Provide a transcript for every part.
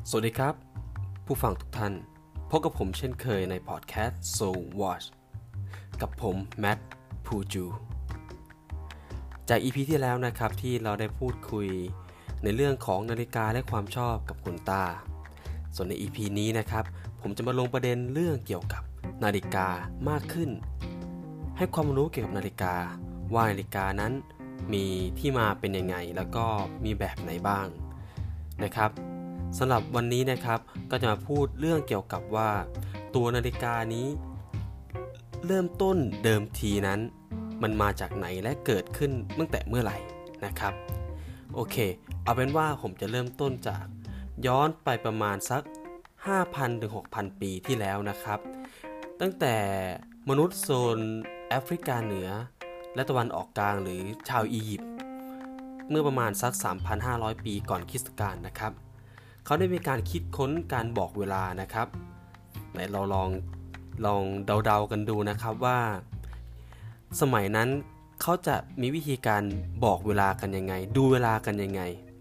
สวัสดีครับผู้ฟังทุกท่านพบกับผมเช่นเคยในพอดแคสต์ So Watch กับผมแมทพูจูจาก EP ที่แล้วนะครับที่เราได้พูดคุยในเรื่องของนาฬิกาและความชอบกับคุณตาส่วนใน EP นี้นะครับผมจะมาลงประเด็นเรื่องเกี่ยวกับนาฬิกามากขึ้นให้ความรู้เกี่ยวกับนาฬิกาว่านาฬิกานั้นมีที่มาเป็นยังไงแล้วก็มีแบบไหนบ้างนะครับสำหรับวันนี้นะครับก็จะมาพูดเรื่องเกี่ยวกับว่าตัวนาฬิกานี้เริ่มต้นเดิมทีนั้นมันมาจากไหนและเกิดขึ้นตั้งแต่เมื่อไหร่นะครับโอเคเอาเป็นว่าผมจะเริ่มต้นจากย้อนไปประมาณสัก 5,000 ถึง 6,000 ปีที่แล้วนะครับตั้งแต่มนุษย์โซนแอฟริกาเหนือและตะวันออกกลางหรือชาวอียิปต์เมื่อประมาณสัก 3,500 ปีก่อนคริสตกาลนะครับเขาได้มีการคิดค้นการบอกเวลานะครับไหนเราลองเดาๆกันดูนะครับว่าสมัยนั้นเขาจะมีวิธีการบอกเวลากันยังไงดูเวลากันยังไง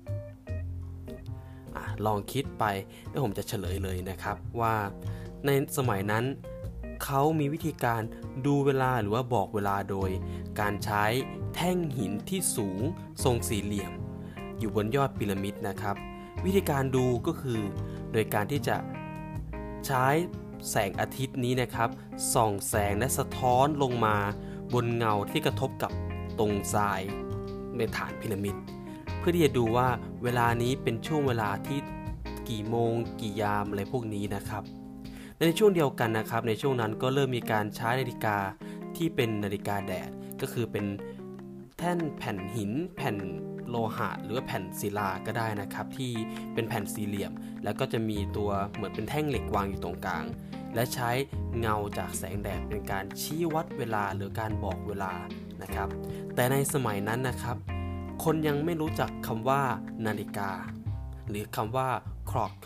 ลองคิดไปแล้วผมจะเฉลยเลยนะครับว่าในสมัยนั้นเขามีวิธีการดูเวลาหรือว่าบอกเวลาโดยการใช้แท่งหินที่สูงทรงสี่เหลี่ยมอยู่บนยอดพีระมิดนะครับวิธีการดูก็คือโดยการที่จะใช้แสงอาทิตย์นี้นะครับส่องแสงและสะท้อนลงมาบนเงาที่กระทบกับตรงทรายในฐานพีระมิดเพื่อที่จะดูว่าเวลานี้เป็นช่วงเวลาที่กี่โมงกี่ยามอะไรพวกนี้นะครับในช่วงเดียวกันนะครับในช่วงนั้นก็เริ่มมีการใช้นาฬิกาที่เป็นนาฬิกาแดดก็คือเป็นแท่นแผ่นหินแผ่นโลหะหรือว่าแผ่นศิลาก็ได้นะครับที่เป็นแผ่นสี่เหลี่ยมแล้วก็จะมีตัวเหมือนเป็นแท่งเหล็กวางอยู่ตรงกลางและใช้เงาจากแสงแดดเป็นการชี้วัดเวลาหรือการบอกเวลานะครับแต่ในสมัยนั้นนะครับคนยังไม่รู้จักคำว่านาฬิกาหรือคำว่า clock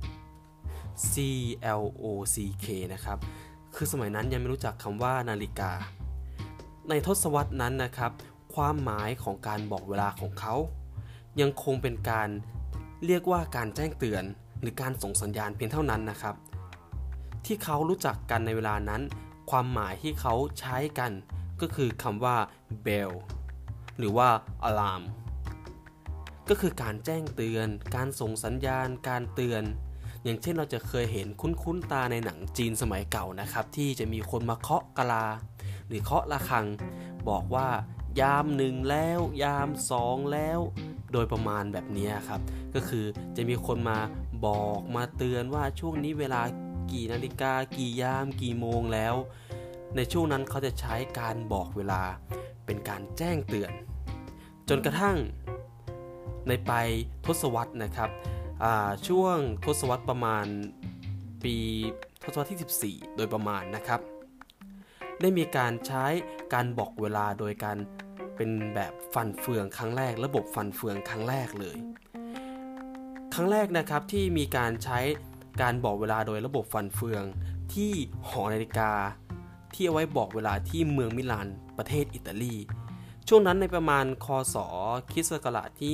C-L-O-C-K นะครับคือสมัยนั้นยังไม่รู้จักคำว่านาฬิกาในทศวรรษนั้นนะครับความหมายของการบอกเวลาของเขายังคงเป็นการเรียกว่าการแจ้งเตือนหรือการส่งสัญญาณเพียงเท่านั้นนะครับที่เขารู้จักกันในเวลานั้นความหมายที่เขาใช้กันก็คือคำว่า bell หรือว่า alarm ก็คือการแจ้งเตือนการส่งสัญญาณการเตือนอย่างเช่นเราจะเคยเห็นคุ้นๆตาในหนังจีนสมัยเก่านะครับที่จะมีคนมาเคาะกะลาหรือเคาะระฆังบอกว่ายามหนึ่งแล้วยามสองแล้วโดยประมาณแบบนี้ครับก็คือจะมีคนมาบอกมาเตือนว่าช่วงนี้เวลากี่นาฬิกากี่ยามกี่โมงแล้วในช่วงนั้นเขาจะใช้การบอกเวลาเป็นการแจ้งเตือนจนกระทั่งในปลายทศวรรษนะครับช่วงทศวรรษประมาณปีทศวรรษที่14โดยประมาณนะครับได้มีการใช้การบอกเวลาโดยการเป็นแบบฟันเฟืองครั้งแรกระบบฟันเฟืองครั้งแรกเลยครั้งแรกนะครับที่มีการใช้การบอกเวลาโดยระบบฟันเฟืองที่หอนาฬิกาที่เอาไว้บอกเวลาที่เมืองมิลานประเทศอิตาลีช่วงนั้นในประมาณคศคริสต์ศักราชที่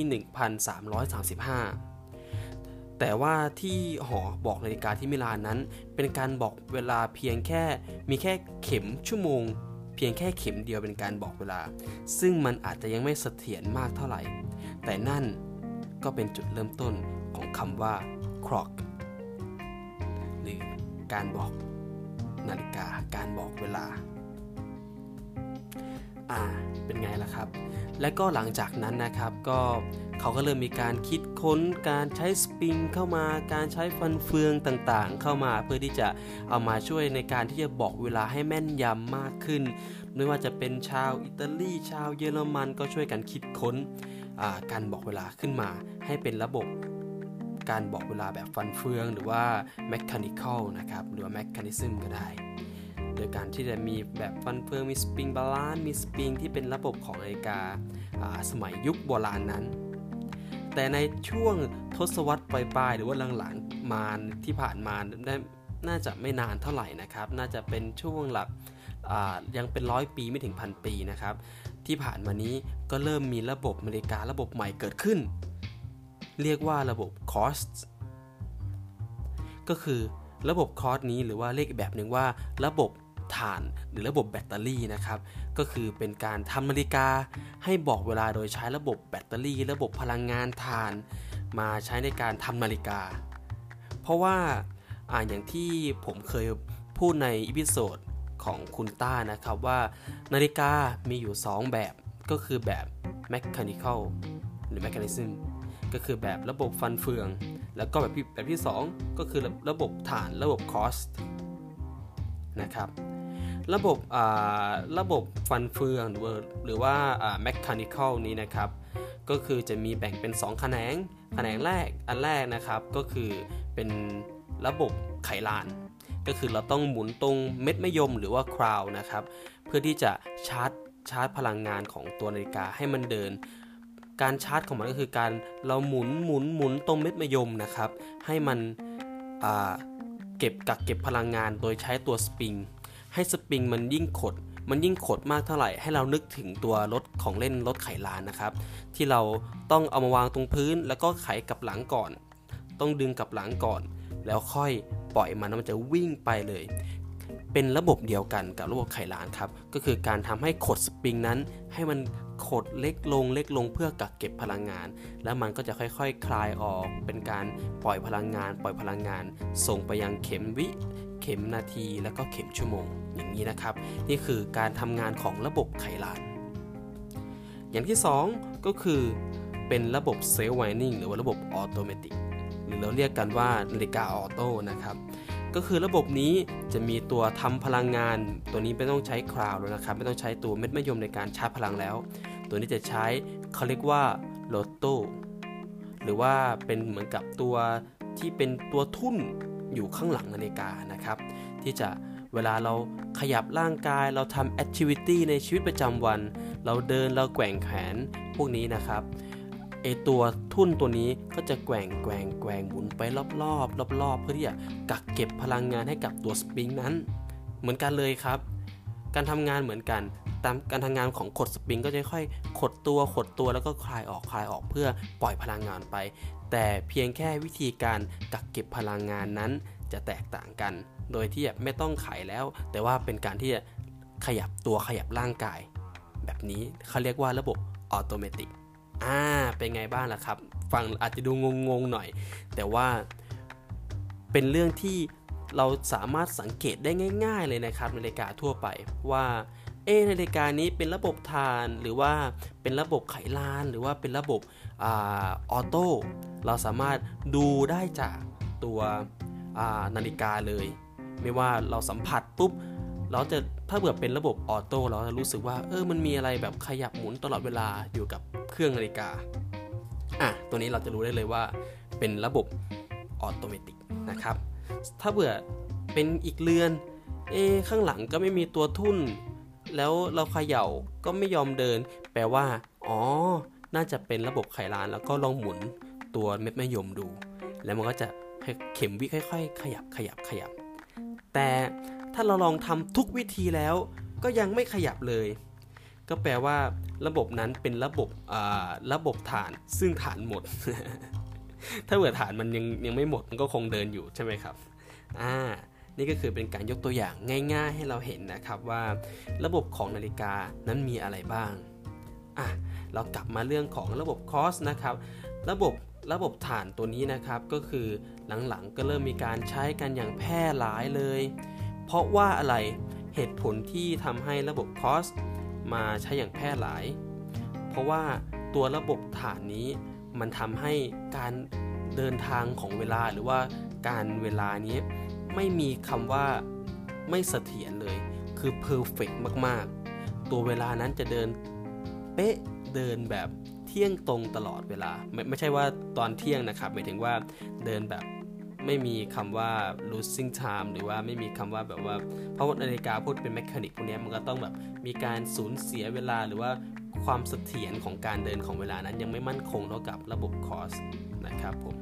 1335แต่ว่าที่หอบอกนาฬิกาที่มิลานนั้นเป็นการบอกเวลาเพียงแค่มีแค่เข็มชั่วโมงเพียงแค่เข็มเดียวเป็นการบอกเวลาซึ่งมันอาจจะยังไม่เสถียรมากเท่าไหร่แต่นั่นก็เป็นจุดเริ่มต้นของคำว่า clock หรือการบอกนาฬิกาการบอกเวลาเป็นไงล่ะครับและก็หลังจากนั้นนะครับก็เขาก็เริ่มมีการคิดค้นการใช้สปริงเข้ามาการใช้ฟันเฟืองต่างๆเข้ามาเพื่อที่จะเอามาช่วยในการที่จะบอกเวลาให้แม่นยำมากขึ้นไม่ว่าจะเป็นชาวอิตาลีชาวเยอรมันก็ช่วยกันคิดค้นการบอกเวลาขึ้นมาให้เป็นระบบการบอกเวลาแบบฟันเฟืองหรือว่า mechanical นะครับหรือว่า mechanism ก็ได้โดยการที่จะมีแบบฟันเฟืองมีสปริงบาลานซ์มีสปริงที่เป็นระบบของนาฬิกาสมัยยุคโบราณนั้นแต่ในช่วงทศวรรษปลายๆหรือว่าหลังๆมาที่ผ่านมาน่าจะไม่นานเท่าไหร่นะครับน่าจะเป็นช่วงหลักยังเป็น100 ปีไม่ถึง1,000 ปีนะครับที่ผ่านมานี้ก็เริ่มมีระบบนาฬิการะบบใหม่เกิดขึ้นเรียกว่าระบบ Quartz ก็คือระบบคอร์สนี้หรือว่าเรียกอีกแบบหนึ่งว่าระบบถ่านหรือระบบแบตเตอรี่นะครับก็คือเป็นการทำนาฬิกาให้บอกเวลาโดยใช้ระบบแบตเตอรี่ระบบพลังงานถ่านมาใช้ในการทำนาฬิกาเพราะว่าอย่างที่ผมเคยพูดในอีพิโซดของคุณต้านะครับว่านาฬิกามีอยู่2แบบก็คือแบบ mechanical หรือ mechanism ก็คือแบบระบบฟันเฟืองแล้วก็แบบที่2ก็คือระบบถ่านระบบ cost นะครับระบบฟันเฟืองหรือว่าmechanical นี้นะครับก็คือจะมีแบ่งเป็น2แขนงแรกอันแรกนะครับก็คือเป็นระบบไขลานก็คือเราต้องหมุนตรงเม็ดมะยมหรือว่าคราวนะครับเพื่อที่จะชาร์จพลังงานของตัวนาฬิกาให้มันเดินการชาร์จของมันก็คือการเราหมุนตรงเม็ดมะยมนะครับให้มันเก็บพลังงานโดยใช้ตัวสปริงให้สปริงมันยิ่งขดมากเท่าไหร่ให้เรานึกถึงตัวรถของเล่นรถไขลานนะครับที่เราต้องเอามาวางตรงพื้นแล้วก็ไขกลับหลังก่อนต้องดึงกลับหลังก่อนแล้วค่อยปล่อยมันจะวิ่งไปเลยเป็นระบบเดียวกันกับระบบไขลานครับก็คือการทำให้ขดสปริงนั้นให้มันขดเล็กลงเพื่อกักเก็บพลังงานแล้วมันก็จะค่อยๆคลายออกเป็นการปล่อยพลังงานส่งไปยังเข็มนาทีแล้วก็เข็มชั่วโมงอย่างนี้นะครับนี่คือการทำงานของระบบไขลานอย่างที่2ก็คือเป็นระบบเซลฟ์ไวนิ่งหรือว่าระบบออโตเมติกหรือเราเรียกกันว่านาฬิกาออโต้นะครับก็คือระบบนี้จะมีตัวทำพลังงานตัวนี้ไม่ต้องใช้คราวแล้วนะครับไม่ต้องใช้ตัวเม็ดมะยมในการชาร์จพลังแล้วตัวนี้จะใช้เขาเรียกว่าโลโต้หรือว่าเป็นเหมือนกับตัวที่เป็นตัวทุ่นอยู่ข้างหลังนาฬิกานะครับที่จะเวลาเราขยับร่างกายเราทำแอคทิวิตี้ในชีวิตประจำวันเราเดินเราแกว่งแขนพวกนี้นะครับตัวทุ่นตัวนี้ก็จะแกว่งหมุนไปรอบเพื่อที่จะกักเก็บพลังงานให้กับตัวสปริงนั้นเหมือนกันเลยครับการทำงานเหมือนกันตามการทำงานของขดสปริงก็จะค่อยขดตัวแล้วก็คลายออกเพื่อปล่อยพลังงานไปแต่เพียงแค่วิธีการกักเก็บพลังงานนั้นจะแตกต่างกันโดยที่ไม่ต้องไขแล้วแต่ว่าเป็นการที่จะขยับร่างกายแบบนี้เขาเรียกว่าระบบออโตเมติกเป็นไงบ้างล่ะครับฟังอาจจะดูงงหน่อยแต่ว่าเป็นเรื่องที่เราสามารถสังเกตได้ง่ายๆเลยนะครับนาฬิกาทั่วไปว่านาฬิกานี้เป็นระบบถ่านหรือว่าเป็นระบบไขลานหรือว่าเป็นระบบออโต้เราสามารถดูได้จากตัวนาฬิกาเลยไม่ว่าเราสัมผัสปุ๊บเราจะถ้าเกิดเป็นระบบออโต้เราจะรู้สึกว่ามันมีอะไรแบบขยับหมุนตลอดเวลาอยู่กับเครื่องนาฬิกาตัวนี้เราจะรู้ได้เลยว่าเป็นระบบออโตเมติกนะครับถ้าเผื่อเป็นอีกเรือนข้างหลังก็ไม่มีตัวทุ่นแล้วเราเขย่าก็ไม่ยอมเดินแปลว่าน่าจะเป็นระบบไขลานแล้วก็ลองหมุนตัวเม็ดมะยมดูแล้วมันก็จะเข็มวิค่อยๆขยับแต่ถ้าเราลองทำทุกวิธีแล้วก็ยังไม่ขยับเลยก็แปลว่าระบบนั้นเป็นระบบฐานซึ่งฐานหมด ถ้าเกิดฐานมันยังไม่หมดมันก็คงเดินอยู่ใช่ไหมครับนี่ก็คือเป็นการยกตัวอย่างง่ายๆให้เราเห็นนะครับว่าระบบของนาฬิกานั้นมีอะไรบ้างเรากลับมาเรื่องของระบบคอสนะครับระบบฐานตัวนี้นะครับก็คือหลังๆก็เริ่มมีการใช้กันอย่างแพร่หลายเลยเพราะว่าอะไรเหตุผลที่ทำให้ระบบคอสมาใช้อย่างแพร่หลายเพราะว่าตัวระบบฐานนี้มันทำให้การเดินทางของเวลาหรือว่าการเวลานี้ไม่มีคำว่าไม่เสถียรเลยคือเพอร์เฟกต์มากๆตัวเวลานั้นจะเดินเป๊ะเดินแบบเที่ยงตรงตลอดเวลาไม่ใช่ว่าตอนเที่ยงนะครับหมายถึงว่าเดินแบบไม่มีคำว่า losing time หรือว่าไม่มีคำว่าแบบว่าเพราะว่านาฬิกาพูดเป็นแมคานิกพวกนี้มันก็ต้องแบบมีการสูญเสียเวลาหรือว่าความเสถียรของการเดินของเวลานั้นยังไม่มั่นคงเท่ากับระบบคอสนะครับผม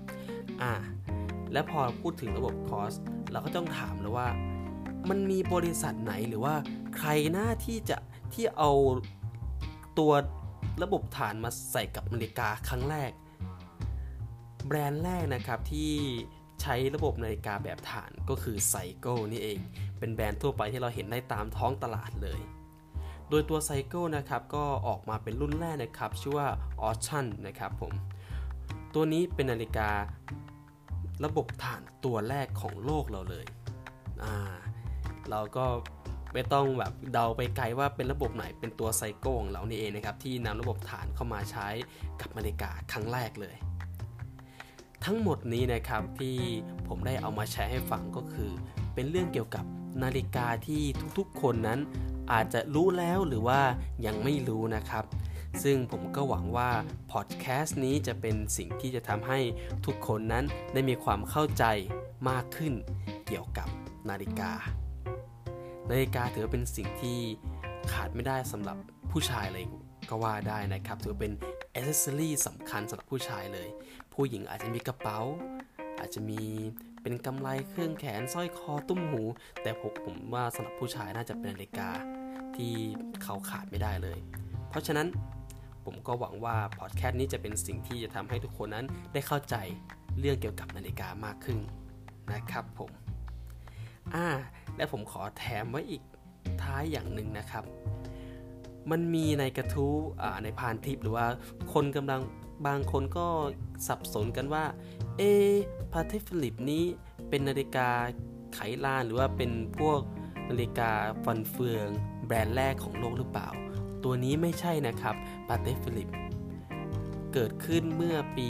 และพอพูดถึงระบบคอสเราก็ต้องถามแล้วว่ามันมีบริษัทไหนหรือว่าใครหน้าที่เอาตัวระบบฐานมาใส่กับนาฬิกาครั้งแรกแบรนด์แรกนะครับที่ใช้ระบบนาฬิกาแบบฐานก็คือไซเคิลนี่เองเป็นแบรนด์ทั่วไปที่เราเห็นได้ตามท้องตลาดเลยโดยตัวไซเคิลนะครับก็ออกมาเป็นรุ่นแรกนะครับชื่อว่า Ocean นะครับผมตัวนี้เป็นนาฬิการะบบฐานตัวแรกของโลกเราเลยเราก็ไม่ต้องแบบเดาไปไกลว่าเป็นระบบไหนเป็นตัวไซเคิลของเรานี่เองนะครับที่นำระบบฐานเข้ามาใช้กับนาฬิกาครั้งแรกเลยทั้งหมดนี้นะครับที่ผมได้เอามาแชร์ให้ฟังก็คือเป็นเรื่องเกี่ยวกับนาฬิกาที่ทุกๆคนนั้นอาจจะรู้แล้วหรือว่ายังไม่รู้นะครับซึ่งผมก็หวังว่าพอดแคสต์นี้จะเป็นสิ่งที่จะทำให้ทุกคนนั้นได้มีความเข้าใจมากขึ้นเกี่ยวกับนาฬิกาถือเป็นสิ่งที่ขาดไม่ได้สำหรับผู้ชายเลยก็ว่าได้นะครับถือเป็นแอคเซสซอรี่สำคัญสำหรับผู้ชายเลยผู้หญิงอาจจะมีกระเป๋าอาจจะมีเป็นกำไลเครื่องแขนสร้อยคอตุ้มหูแต่ผมว่าสำหรับผู้ชายน่าจะเป็นนาฬิกาที่เขาขาดไม่ได้เลยเพราะฉะนั้นผมก็หวังว่าพอดแคสต์นี้จะเป็นสิ่งที่จะทำให้ทุกคนนั้นได้เข้าใจเรื่องเกี่ยวกับนาฬิกามากขึ้นนะครับผมและผมขอแถมไว้อีกท้ายอย่างหนึ่งนะครับมันมีในกระทู้ในพานทิปหรือว่าคนกำลังบางคนก็สับสนกันว่าพาเทฟิลิปนี้เป็นนาฬิกาไขลานหรือว่าเป็นพวกนาฬิกาฟันเฟืองแบรนด์แรกของโลกหรือเปล่าตัวนี้ไม่ใช่นะครับพาเทฟิลิปเกิดขึ้นเมื่อปี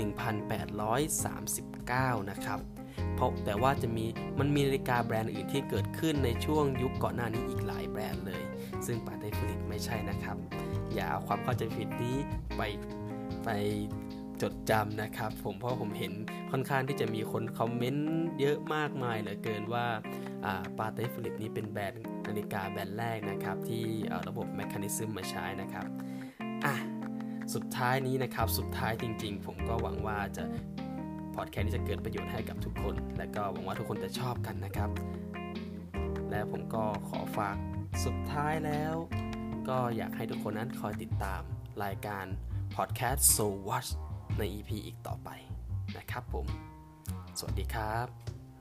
1839 นะครับแต่ว่ามันมีนาฬิกาแบรนด์อื่นที่เกิดขึ้นในช่วงยุคก่อนหน้านี้อีกหลายแบรนด์เลยซึ่งปาเต้ฟิลิปไม่ใช่นะครับอย่าเอาความเข้าใจผิดนี้ไปจดจำนะครับเพราะผมเห็นค่อนข้างที่จะมีคนคอมเมนต์เยอะมากมายเหลือเกินว่าปาเต้ฟิลิปนี้เป็นแบรนด์นาฬิกาแบรนด์แรกนะครับที่เอาระบบแมคานิซึมมาใช้นะครับสุดท้ายนี้นะครับสุดท้ายจริงๆผมก็หวังว่าจะพอดแคสต์นี้จะเกิดประโยชน์ให้กับทุกคนและก็หวังว่าทุกคนจะชอบกันนะครับและผมก็ขอฝากสุดท้ายแล้วก็อยากให้ทุกคนนั้นคอยติดตามรายการพอดแคสต์ So Watch ใน EP อีกต่อไปนะครับผมสวัสดีครับ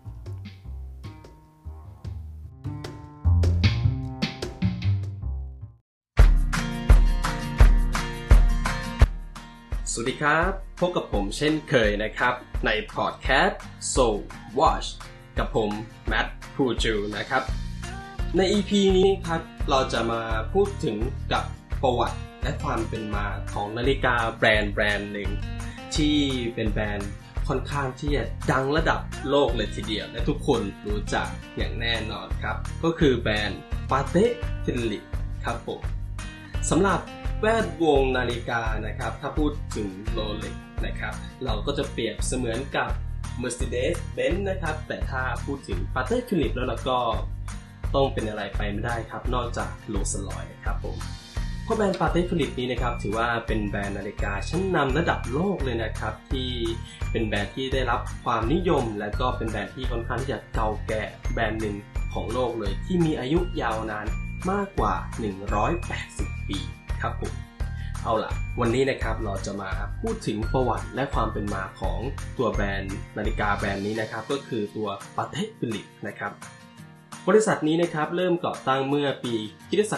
สวัสดีครับพบกับผมเช่นเคยนะครับในพอดแคสต์ So Watch กับผมแมทพูจูนะครับใน EP นี้ครับเราจะมาพูดถึงกับประวัติและความเป็นมาของนาฬิกาแบรนด์หนึ่งที่เป็นแบรนด์ค่อนข้างที่จะดังระดับโลกเลยทีเดียวและทุกคนรู้จักอย่างแน่นอนครับก็คือแบรนด์ Patek Philippe ครับผมสำหรับแวดวงนาฬิกานะครับถ้าพูดถึงโรเล็กนะครับเราก็จะเปรียบเสมือนกับ Mercedes-Benz นะครับแต่ถ้าพูดถึง Patek Philippe แล้วเราก็ต้องเป็นอะไรไปไม่ได้ครับนอกจากโรลส์รอยซ์ครับผมเพราะแบรนด์ Patek Philippe นี้นะครับถือว่าเป็นแบรนด์นาฬิกาชั้นนำระดับโลกเลยนะครับที่เป็นแบรนด์ที่ได้รับความนิยมและก็เป็นแบรนด์ที่ค่อนข้างที่จะเก่าแก่แบรนด์หนึ่งของโลกเลยที่มีอายุยาวนานมากกว่า180 ปีครับผมเอาล่ะวันนี้นะครับเราจะมาพูดถึงประวัติและความเป็นมาของตัวแบรนด์นาฬิกาแบรนด์นี้นะครับก็คือตัว Patek Philippe นะครับบริษัทนี้นะครับเริ่มก่อตั้งเมื่อปีค.ศ.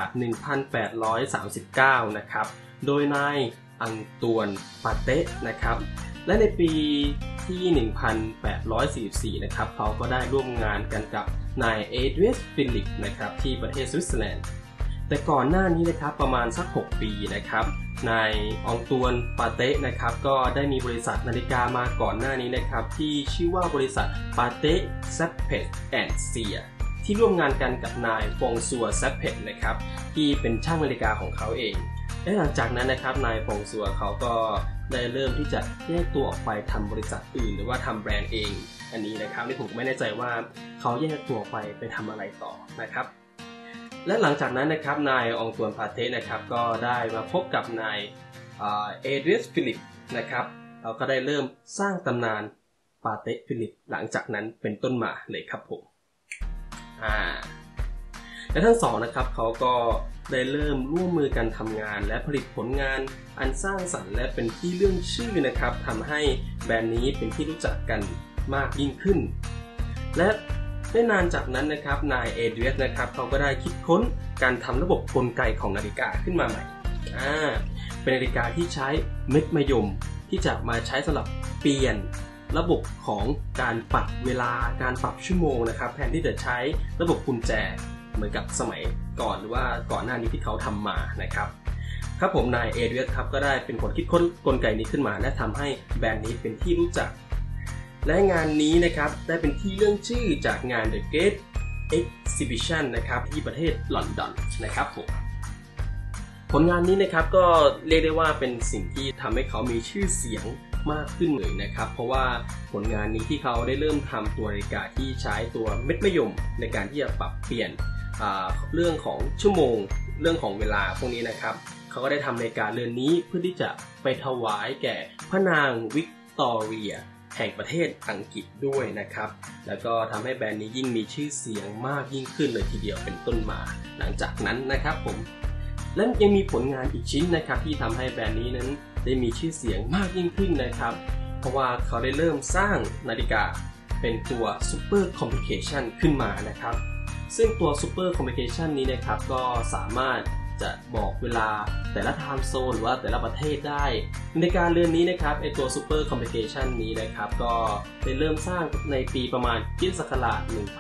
1839นะครับโดยนายอังตวนปาเต้นะครับและในปีที่ 1844นะครับเขาก็ได้ร่วมงานกันกับนายเอเดรียสฟิลิปนะครับที่ประเทศสวิตเซอร์แลนด์แต่ก่อนหน้านี้นะครับประมาณสัก6ปีนะครับนายองตวนปาเต้นะครับก็ได้มีบริษัทนาฬิกามาก่อนหน้านี้นะครับที่ชื่อว่าบริษัทปาเต้แซปเพตแอนด์เซียที่ร่วมงานกันกับนายฟงซัวแซปเพตนะครับที่เป็นช่างนาฬิกาของเขาเองและหลังจากนั้นนะครับนายฟงซัวเขาก็ได้เริ่มที่จะแยกตัวออกไปทำบริษัทอื่นหรือว่าทำแบรนด์เองอันนี้นะครับที่ผมไม่แน่ใจว่าเขาแยกตัวไปทำอะไรต่อนะครับและหลังจากนั้นนะครับนายองตวนปาเต้นะครับก็ได้มาพบกับนายเอเดรียสฟิลิปนะครับเขาก็ได้เริ่มสร้างตำนานปาเต้ฟิลิปหลังจากนั้นเป็นต้นมาเลยครับผมและทั้งสองนะครับเขาก็ได้เริ่มร่วมมือกันทำงานและผลิตผลงานอันสร้างสรรค์และเป็นที่เรื่องชื่อนะครับทำให้แบรนด์นี้เป็นที่รู้จักกันมากยิ่งขึ้นและไม่นานจากนั้นนะครับนายเอเดรียสนะครับเขาก็ได้คิดค้นการทำระบบกลไกของนาฬิกาขึ้นมาใหม่เป็นนาฬิกาที่ใช้เม็ดมะยมที่จะมาใช้สำหรับเปลี่ยนระบบของการปรับเวลาการปรับชั่วโมงนะครับแทนที่จะใช้ระบบกุญแจเหมือนกับสมัยก่อนหรือว่าก่อนหน้านี้ที่เขาทำมานะครับครับผมนายเอเดรียสครับก็ได้เป็นคนคิดค้นกลไกนี้ขึ้นมาและทำให้แบรนด์นี้เป็นที่รู้จักและงานนี้นะครับได้เป็นที่เรื่องชื่อจากงาน The Great Exhibition นะครับที่ประเทศลอนดอนนะครับผมผลงานนี้นะครับก็เรียกได้ว่าเป็นสิ่งที่ทำให้เขามีชื่อเสียงมากขึ้นเลยนะครับเพราะว่าผลงานนี้ที่เขาได้เริ่มทำตัวนาฬิกาที่ใช้ตัวเม็ดมะยมในการที่จะปรับเปลี่ยนเรื่องของชั่วโมงเรื่องของเวลาพวกนี้นะครับเขาก็ได้ทำนาฬิกาเรือนนี้เพื่อที่จะไปถวายแก่พระนางวิกตอเรียแห่งประเทศอังกฤษด้วยนะครับแล้วก็ทำให้แบรนด์นี้ยิ่งมีชื่อเสียงมากยิ่งขึ้นเลยทีเดียวเป็นต้นมาหลังจากนั้นนะครับผมและยังมีผลงานอีกชิ้นนะครับที่ทำให้แบรนด์นี้นั้นได้มีชื่อเสียงมากยิ่งขึ้นนะครับเพราะว่าเขาได้เริ่มสร้างนาฬิกาเป็นตัว Super Complication ขึ้นมานะครับซึ่งตัว Super Complication นี้นะครับก็สามารถจะบอกเวลาแต่ละ time zone หรือว่าแต่ละประเทศได้นาฬิกาเรือนนี้นะครับไอตัว Super Complication นี้นะครับก็ได้เริ่มสร้างในปีประมาณคริสต์ศักราช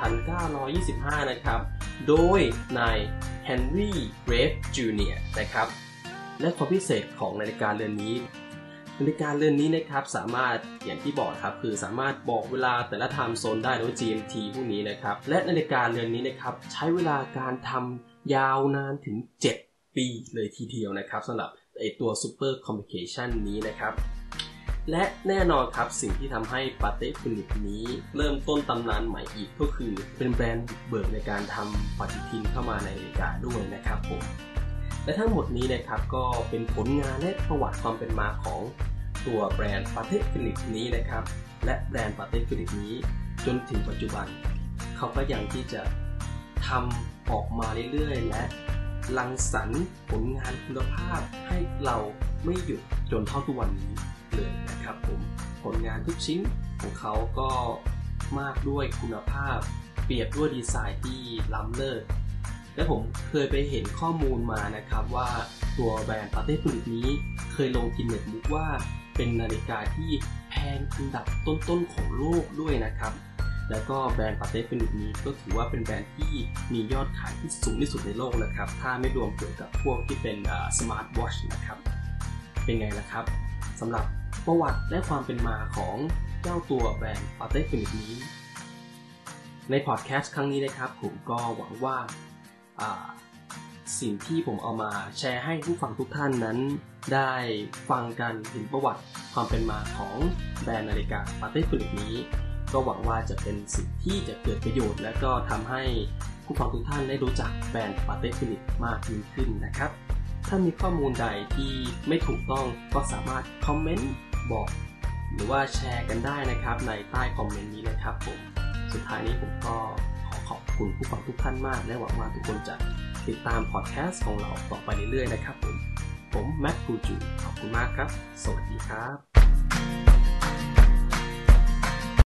1925 นะครับโดยนายเฮนรี่เรฟจูเนียร์นะครับและความพิเศษของนาฬิกาเรือนนี้นะครับสามารถอย่างที่บอกครับคือสามารถบอกเวลาแต่ละ time zone ได้หรือ GMT พวกนี้นะครับและนาฬิกาเรือนนี้นะครับใช้เวลาการทำยาวนานถึง7 ปีเลยทีเดียวนะครับสำหรับไอตัว Super Complication นี้นะครับและแน่นอนครับสิ่งที่ทำให้ปาเต้ฟิลิปนี้เริ่มต้นตำนานใหม่อีกก็คือเป็นแบรนด์บุกเบิกในการทำปฏิทินเข้ามาในนาฬิกาด้วยนะครับผมและทั้งหมดนี้นะครับก็เป็นผลงานและประวัติความเป็นมาของตัวแบรนด์ปาเต้ฟิลิปนี้นะครับและแบรนด์ปาเต้ฟิลิปนี้จนถึงปัจจุบันเขาก็ยังที่จะทำออกมาเรื่อยๆและรังสรรค์ผลงานคุณภาพให้เราไม่หยุดจนเท่าทุกวันนี้เลยนะครับผมผลงานทุกชิ้นของเขาก็มากด้วยคุณภาพเปรียบด้วยดีไซน์ที่ล้ำเลิศและผมเคยไปเห็นข้อมูลมานะครับว่าตัวแบรนด์ปาเต้ฟิลิปนี้เคยลงกินเน็ตบุ๊กว่าเป็นนาฬิกาที่แพงอันดับต้นๆของโลกด้วยนะครับแล้วก็แบรนด์ปาเต้ฟิลิปนี้ก็ถือว่าเป็นแบรนด์ที่มียอดขายที่สูงที่สุดในโลกนะครับถ้าไม่รวมเกี่ยวกับพวกที่เป็นสมาร์ทวอทช์นะครับเป็นไงล่ะครับสำหรับประวัติและความเป็นมาของเจ้าตัวแบรนด์ปาเต้ฟิลิปนี้ในพอดแคสต์ครั้งนี้นะครับผมก็หวังว่าสิ่งที่ผมเอามาแชร์ให้ผู้ฟังทุกท่านนั้นได้ฟังกันถึงประวัติความเป็นมาของแบรนด์นาฬิกาปาเต้ฟิลิปนี้ก็หวังว่าจะเป็นสิ่งที่จะเกิดประโยชน์และก็ทำให้ผู้ฟังทุกท่านได้รู้จักแบรนด์ปาเต้ฟิลิปมากยิ่งขึ้นนะครับถ้ามีข้อมูลใดที่ไม่ถูกต้องก็สามารถคอมเมนต์บอกหรือว่าแชร์กันได้นะครับในใต้คอมเมนต์นี้นะครับผมสุดท้ายนี้ผมก็ขอบคุณผู้ฟังทุกท่านมากและหวังว่าทุกคนจะติดตามพอดแคสต์ของเราต่อไปเรื่อยๆนะครับผมแม็กกูจูขอบคุณมากครับสวัสดีครับ